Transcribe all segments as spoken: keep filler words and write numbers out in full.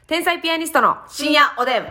天才ピアニストの深夜おでん。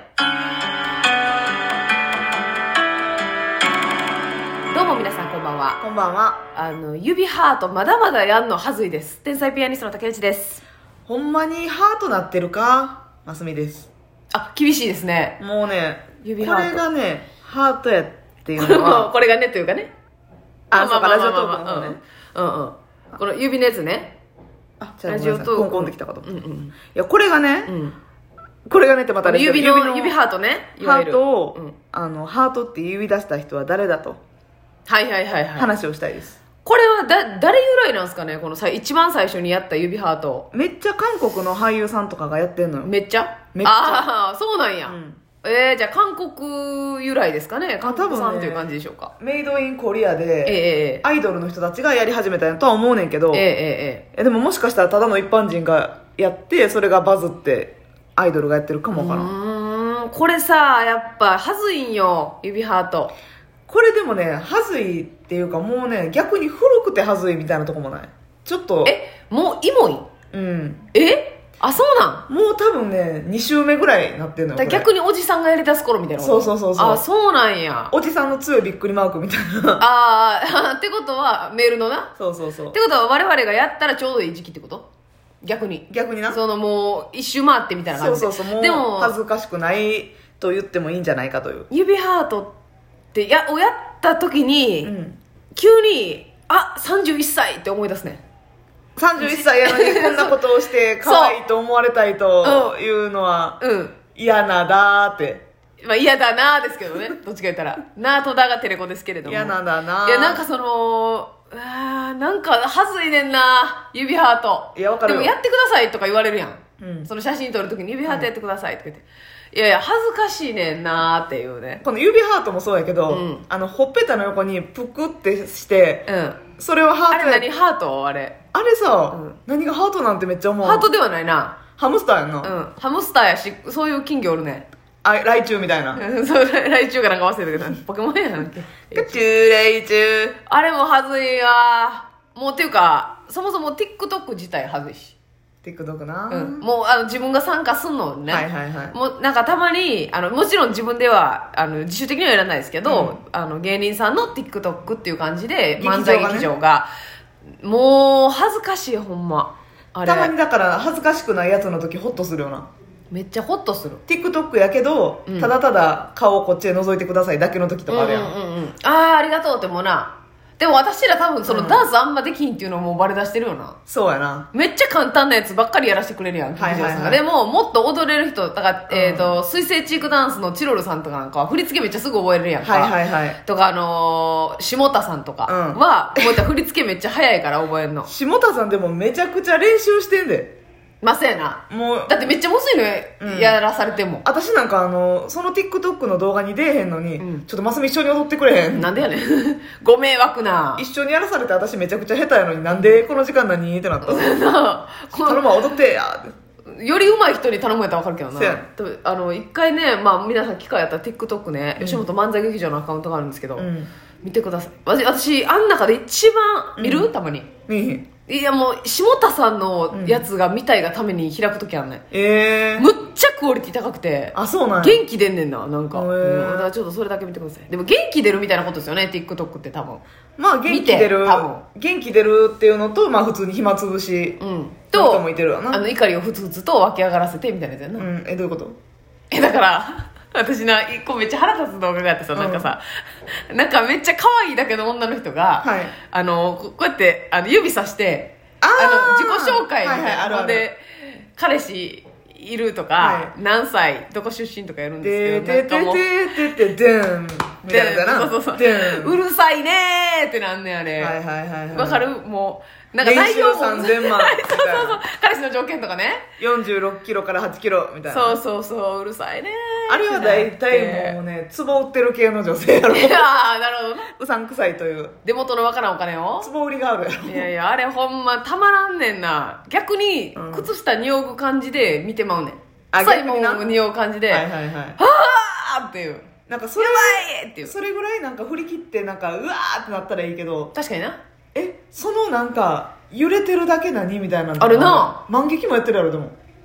どうも皆さんこんばんは。 こんばんは。 あの指ハートまだまだやんのはずいです。天才ピアニストの竹内です。 ほんまにハートなってるか、ますみです。 あ、厳しいですね。 もうね、 指ハートこれがねハートやっていうこれものはこれがねというかね。 あ、そうか、ラジオトークまあまあまあまあの方ね。 うんうん。この指のやつね。 あ、 ラジオトークコンコンってきたかと。 うんうん。 いや、これがね、 うん。 これがねってまたね、 指の指ハートね。いわハゆるートを、 うんあのハートって言い出した人は誰だとはいはいはいはい。 話をしたいです。 これはだ誰由来なんですかね、このさ一番最初にやった指ハート。 めっちゃ韓国の俳優さんとかがやってんのよ。 めっちゃめっちゃああ、そうなんや。 うんえー、じゃあ韓国由来ですかね。韓国多分ね産という感じでしょうか。 メイドインコリアええで、 ええアイドルの人たちがやり始めたんやとは思うねんけど、 えええええでももしかしたらただの一般人がやってそれがバズってアイドルがやってるかもわからん。 うーん、これさ、やっぱはずいんよ、指ハート。 これでもねはずいっていうかもうね逆に古くてはずいみたいなとこもない。ちょっとえ、もうイモいんうんえあ、そうなんもう多分ねに週目ぐらいなってんのよ。 だから逆におじさんがやり出す頃みたいなこと。 そうそうそうそうあ、そうなんや。 おじさんの強いびっくりマークみたいなああ、ってことはメールのな。 そうそうそうってことは我々がやったらちょうどいい時期ってこと？逆に。 逆になそのもう一周回ってみたいなそう感じで。 そうそうもうでも恥ずかしくないと言ってもいいんじゃないかという。 指ハートってやをやった時に、 うん急にあさんじゅういっさいって思い出すね。 さんじゅういっさいやのにこんなことをして可愛いと思われたいというのはうん嫌なだーってまあ嫌だなーですけどね。どっちか言ったらなーとだがテレコですけれども。 嫌なんだないやなんかそのあーなんかはずいねんな指ハート。 いやわかるよでもやってくださいとか言われるやん、 うんその写真撮るときに指ハートやってくださいとか言って、いやいや恥ずかしいねんなーっていうね。 この指ハートもそうやけど、 うんあのほっぺたの横にプクってしてうんそれはハあれートや何ハートあれあれさ、 うん何がハートなんてめっちゃ思う。 ハートではないな。 ハムスターやんな、 うんハムスターやしそういう金魚おるね。 あライチュウみたいなうんそう来中かなんか忘れたけどポケモンやなんけカチューライチュウあれもはずいわ。もうっていうかそもそも TikTok 自体はずいし、 TikTok な、 うん、もうあの自分が参加すんのね、 はいはいはいもうなんかたまにあのもちろん自分ではあの自主的にはやらないですけど、あの芸人さんの TikTok っていう感じで劇場がね漫才劇場がもう恥ずかしいほんまあれたまにだから恥ずかしくないやつの時ホッとするよな。 めっちゃホッとする。 TikTok やけど、 うんただただ顔をこっちへ覗いてくださいだけの時とかあるやん、 うんうんうん、ああありがとうってもうな。でも私ら多分そのうんダンスあんまできんっていうのもうバレ出してるよな。 そうやな。 めっちゃ簡単なやつばっかりやらせてくれるやん、 はいはいはい劇場さんがでももっと踊れる人だから、えーと水星チークダンスのチロルさんとかなんかは振り付けめっちゃすぐ覚えれるやんか、 はいはいはい。 とかあのー下田さんとかは、こういった振り付けめっちゃ早いから覚えるの。 下田さんでもめちゃくちゃ練習してんで。 まあそうやな。 もうだってめっちゃむずいうんのやらされても、 私なんかあのその TikTok の動画に出えへんのに、 うんちょっとマスミ一緒に踊ってくれへん。 なんでやねんご迷惑な一緒にやらされて私めちゃくちゃ下手やのになんでこの時間何ってなったのこ頼むわ踊ってやより上手い人に頼むやったら分かるけどな。 そうや多分あの一回ね、まあ、皆さん機会やったら TikTok ね、吉本漫才劇場のアカウントがあるんですけど、 うん見てください。私私あん中で一番見る、たまに見えへん。 いやもう下田さんのやつが見たいがために開くときあんねん、 えー、 むっちゃクオリティ高くてあそうなんや。 元気出んねんななんか、 へーうんだからちょっとそれだけ見てください。でも元気出るみたいなことですよね TikTok って多分。 まあ元気出る見て多分元気出るっていうのとまあ普通に暇つぶしうんと人ともいてるわな。 あの怒りをふつふつと湧き上がらせてみたいなやつやな、 うんえどういうこと？ えだから私な一個めっちゃ腹立つ動画があってさ、 うんなんかさなんかめっちゃ可愛いだけの女の人が、 はいあのここうやってあの指さしてあーあの自己紹介みたいはいはいあるあるなので彼氏いるとか、 は何歳どこ出身とかやるんでですけど、 ててなんかもうてててでんみたいなやつやな。 そうそうそうでんうるさいねーってなんねんあれ、 はいはいはいはい。 わかるもうなんか年収内容もさんぜんまんみたいそうそうそうな。 彼氏の条件とかね、 よんじゅうろっキロからはちキロみたいな。 そうそうそううるさいねーあれは大体もうね、ツボ売ってる系の女性やろ。 いやーなるほどな。 うさんくさいという。 出元のわからんお金をツボ売りがあるやろ。 いやいやあれほんまたまらんねんな。逆にうん靴下匂う感じで見てまうねん。 あ臭いも逆になん匂う感じで、 はいはいはい。 はーっていう、 なんかそれやばいっていう。 それぐらいなんか振り切ってなんかうわーってなったらいいけど、 確かにな。 えそのなんか揺れてるだけ何みたいなのあるな。 万劇もやってるやろでも。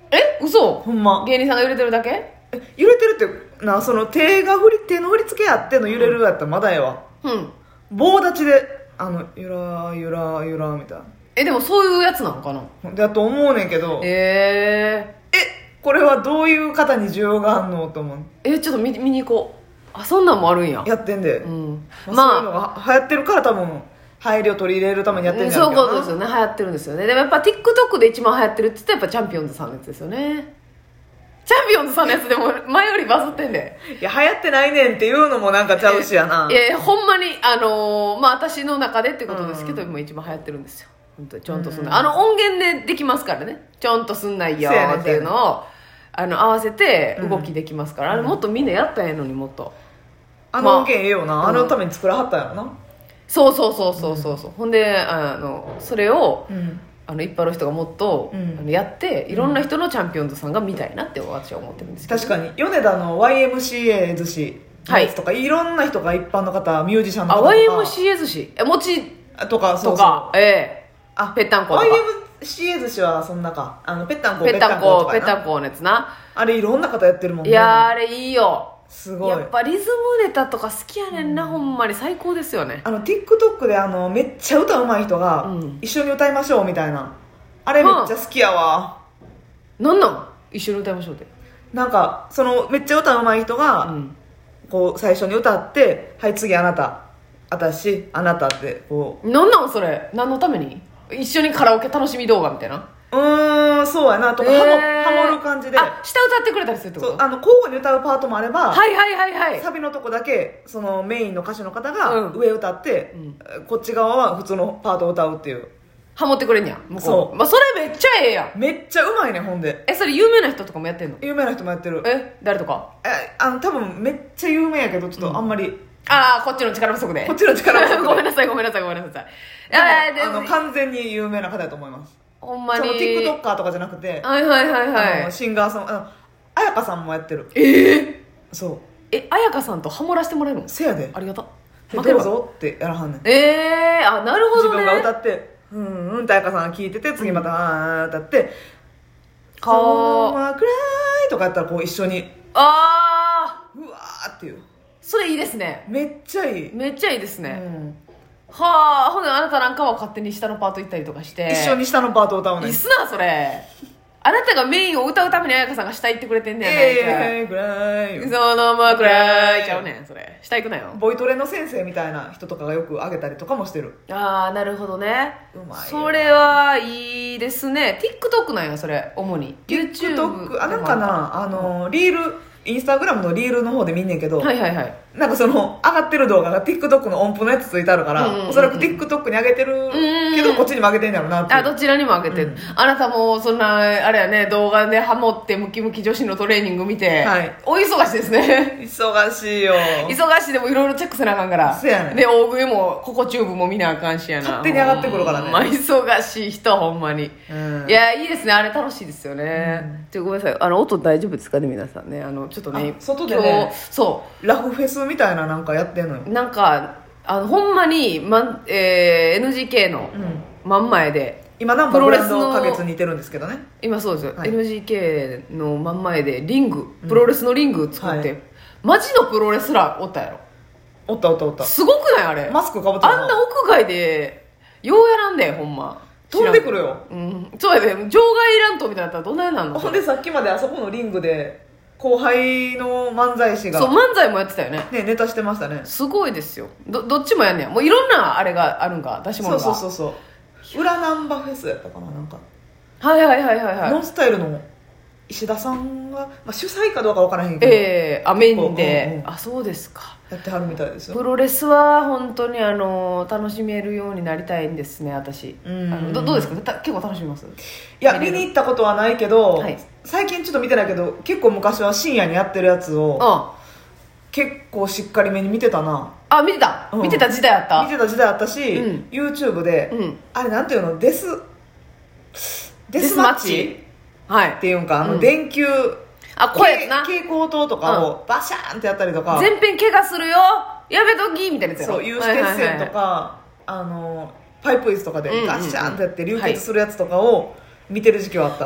え嘘ほんま芸人さんが揺れてるだけ？ え揺れてるってな、その手が振り手の振り付けあっての揺れるやったらまだええわ、 うん棒立ちであのゆらゆらゆらみたいえでもそういうやつなのかな？ なだと思うねんけど、ええこれはどういう方に需要があんのと思う。 ー、えちょっと見見に行こう。あそんなんもあるんや。 やってんで、 うんまあ、そういうまのが流行ってるから多分入りを取り入れるためにやってるんじゃそういうないかな。 ことですよね。流行ってるんですよね。でもやっぱ TikTok で一番流行ってるって言ったらやっぱチャンピオンズさんのやつですよね。チャンピオンズさんのやつでも前よりバズってんで。 いや流行ってないねんっていうのもなんかちゃうしやな。 いやいやほんまにあのーまあ私の中でってことですけど、今一番流行ってるんですよ。本当にちょんとすんない、あの音源でできますからね。ちょんとすんないよーっていうのをあの合わせて動きできますから、 うんあれもっとみんなやったらええのにもっと。 あの音源ええよな、 まああのために作らはったんやろな。 そうそうそうそうそうそう、ほんであのそれを、 うんあの一般の人がもっと、 うんあのやっていろんな人のチャンピオンズさんが見たいなって私は思ってるんですけど、 確かに米田の ワイエムシーエー 寿司のやつとか、い、ろんな人が一般の方ミュージシャンのあ方とかワイエムシーエー 寿司え餅とかそうそうとかええあぺったんことかワイエムシーエー 寿司はそんなかあのぺったんこぺったんこぺとかやなったんこのやつな。 あれいろんな方やってるもんね。 いやーあれいいよ。 すごい。 やっぱリズムネタとか好きやねんな、ほんまに最高ですよね。 あの TikTok であのめっちゃ歌うまい人が、 うん一緒に歌いましょうみたいなあれめっちゃ好きやわ。 なんなん一緒に歌いましょうって。 なんかそのめっちゃ歌うまい人が、 うんこう最初に歌ってはい次あなた私あなたってこなんなんそれ何のために一緒にカラオケ楽しみ動画みたいな。 ううーんそうやなとか、 えーハモハモる感じであ下歌ってくれたりするってこと？ そうあの交互に歌うパートもあれば、 はいはいはいはい。 サビのとこだけそのメインの歌手の方がうん上歌って、こっち側は普通のパートを歌うっていう。 ハモってくれんや向こう。 そうまあ、それめっちゃええやん。 めっちゃうまいねほんでえそれ有名な人とかもやってんの？ 有名な人もやってる。 え誰とか？ えあの多分めっちゃ有名やけどちょっとあんまり、 ああこっちの力不足で。 こっちの力不足でごめんなさいごめんなさいごめんなさい。 でもあーでもあの完全に有名な方だと思います。 ほんまにその TikToker とかじゃなくて、 はいはいはいはあのい。 シンガーさんあの彩香さんもやってる。 ええそうえ彩香さんとハモらせてもらえるの？ せやでありがた。 で負けるわどうぞってやらはんねん。 ええー、あなるほどね。 自分が歌ってうんうんって彩香さんが聞いてて次またあー歌って「 かーそうまくらい」とかやったらこう一緒にああうわーっていうそれいいですね。 めっちゃいい、 めっちゃいいですね。 うんはあほんであなたなんかは勝手に下のパート行ったりとかして一緒に下のパートを歌うねん。 いいっすなそれ。あなたがメインを歌うために彩香さんが下行ってくれてんねやないか。 えーぐらいそのまくらいちゃうねんそれ。下行くなよ。 ボイトレの先生みたいな人とかがよくあげたりとかもしてる。 ああなるほどね。 うまいよそれはいいですね。 TikTok なんやそれ主に YouTube TikTok あなんかなあのリールインスタグラムのリールの方で見んねんけど、 はいはいはい。 なんかその上がってる動画が TikTok の音符のやつついてあるから、 うんうんうんうんおそらく TikTok に上げてるけどこっちにも上げてんやろなっていう。 あどちらにも開けて、 うんあなたもそんなあれやね動画でハモってムキムキ女子のトレーニング見て、 はいお忙しいですね。 忙しいよ。 忙しいでもいろいろチェックせなあかんから。 せやねんで大食いもココチューブも見なあかんしやな。 勝手に上がってくるからねほんま忙しい人ほんまに、 うんいやいいですねあれ楽しいですよね、ちょごめんなさいあの音大丈夫ですかね皆さんねあのちょっとねあ外でね今日そラフフェスみたいななんかやってんのよ。 うなんかあのほんまに、まえー、エヌジーケー のうん真ん前で、 今ナンバーブランプロレスのド花月似てるんですけどね。 今そうですよ、 はいエヌジーケー の真ん前でリングプロレスのリング作って、 はいマジのプロレスラーおったやろ。 おったおったおった。 すごくないあれ。 マスクかぶってるあんな屋外でようやらんでほんま飛んでくるよ。 うんそうやで場外乱闘みたいになったらどんなやなんの。 ほんでさっきまであそこのリングで後輩の漫才師がそう漫才もやってたよね。 ねネタしてましたね。 すごいですよ。どどっちもやんねや。もういろんなあれがあるんか出し物が。 そうそうそうそう裏ナンバフェスやったかななんか、 はいはいはいはいはい。 ノンスタイルの石田さんが、まあ、主催かどうかわからへんけど、 ええー、あメインで、 うんうんあそうですか。 やってはるみたいですよ。 プロレスは本当にあの楽しめるようになりたいんですね私。 うんあのどどうですかた結構楽しみます。 いや見に行ったことはないけど、 はい最近ちょっと見てないけど結構昔は深夜にやってるやつをあ結構しっかりめに見てたな。 あ見てた、 うん見てた時代あった。 見てた時代あったし、 うん YouTube で、 うんあれなんていうのデスデスマッチはいっていうんかあの、 うん電球あ怖いやつな。 蛍光灯とかをバシャーンってやったりとか、 全編怪我するよやめときみたいなやつやろ。 そう有刺鉄線とか、あのパイプ椅子とかでうんうんうんガシャーンってやって流血するやつとかを見てる時期はあった、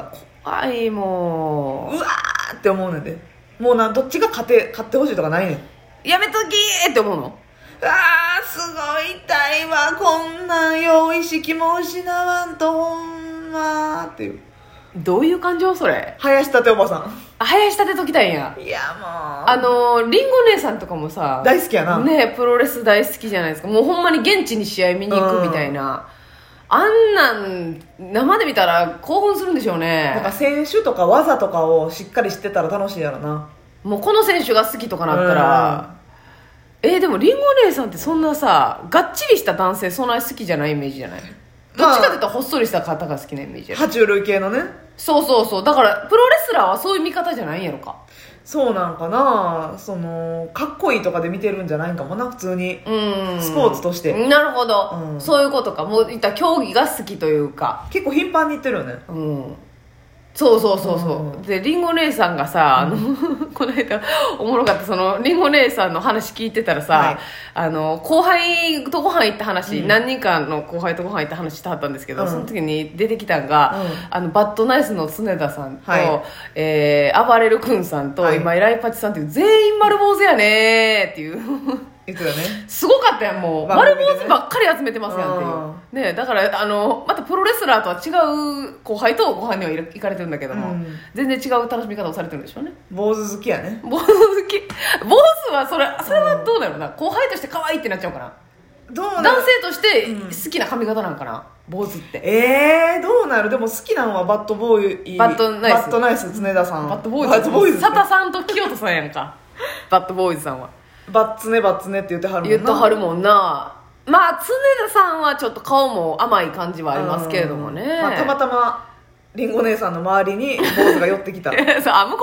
怖いもうわーって思うねんで、もうなどっちが勝て勝ってほしいとかないねん。 うやめときーって思うの。 あーすごい痛いわ、こんなんよ、意識も失わんとほんまーっていう。 どういう感情それ。 林立ておばさあ、林立てときたいんや。 ん、いやもうあのりんご姉さんとかもさ大好きやな。 ね、プロレス大好きじゃないですか。もうほんまに現地に試合見に行くみたいな、あんなん生で見たら興奮するんでしょうね。 なんか選手とか技とかをしっかり知ってたら楽しいやろな。 もうこの選手が好きとかなったら、えー、でもりんご姉さんってそんなさがっちりした男性そんなに好きじゃないイメージじゃない。どっちかというとほっそりした方が好きなイメージや。 爬虫類系のね。 そうそうそう、だからプロレスラーはそういう見方じゃないんやろか。 そうなんかな、そのかっこいいとかで見てるんじゃないんかもな、普通にうんスポーツとしてなるほど、 うんそういうことか。もういった競技が好きというか、 結構頻繁に行ってるよね。 うんそうそうそうそう、 うんでりんご姉さんがさ、あのこの間おもろかった、そのりんご姉さんの話聞いてたらさ、 はいあの後輩とご飯行った話、 うん何人かの後輩とご飯行った話してはったんですけど、 うんその時に出てきたんが、 うんあのバッドナイスの常田さんと、 はいえー、暴れる君さんと、 はい今井らいぱちさんっていう全員丸坊主やねーっていう言ってたね。 すごかったやん、もう番組でね丸坊主ばっかり集めてますやんっていう、ね、だからあのまたプロレスラーとは違う後輩とご飯には行かれてるんだけども、 うん全然違う楽しみ方をされてるんでしょうね。 坊主好きやね。 坊主好き坊主はそれそれはどうだろうな、後輩として可愛いってなっちゃうかな、 どうなる。 男性としてうん好きな髪型なんかな、坊主ってえー、どうなる。でも好きなのはバッドボーイ、 バッドナイスバッドナイス常田さん。 バッドボーイズバッドボーイズ佐田さんと清人さんやんかバッドボーイズさんはバッツネバッツネって言ってはるもんな。 言っとはるもんな。まあ常田さんはちょっと顔も甘い感じはありますけれどもね、 うんまあ、たまたまりんご姉さんの周りに坊主が寄ってきたそうあ向こう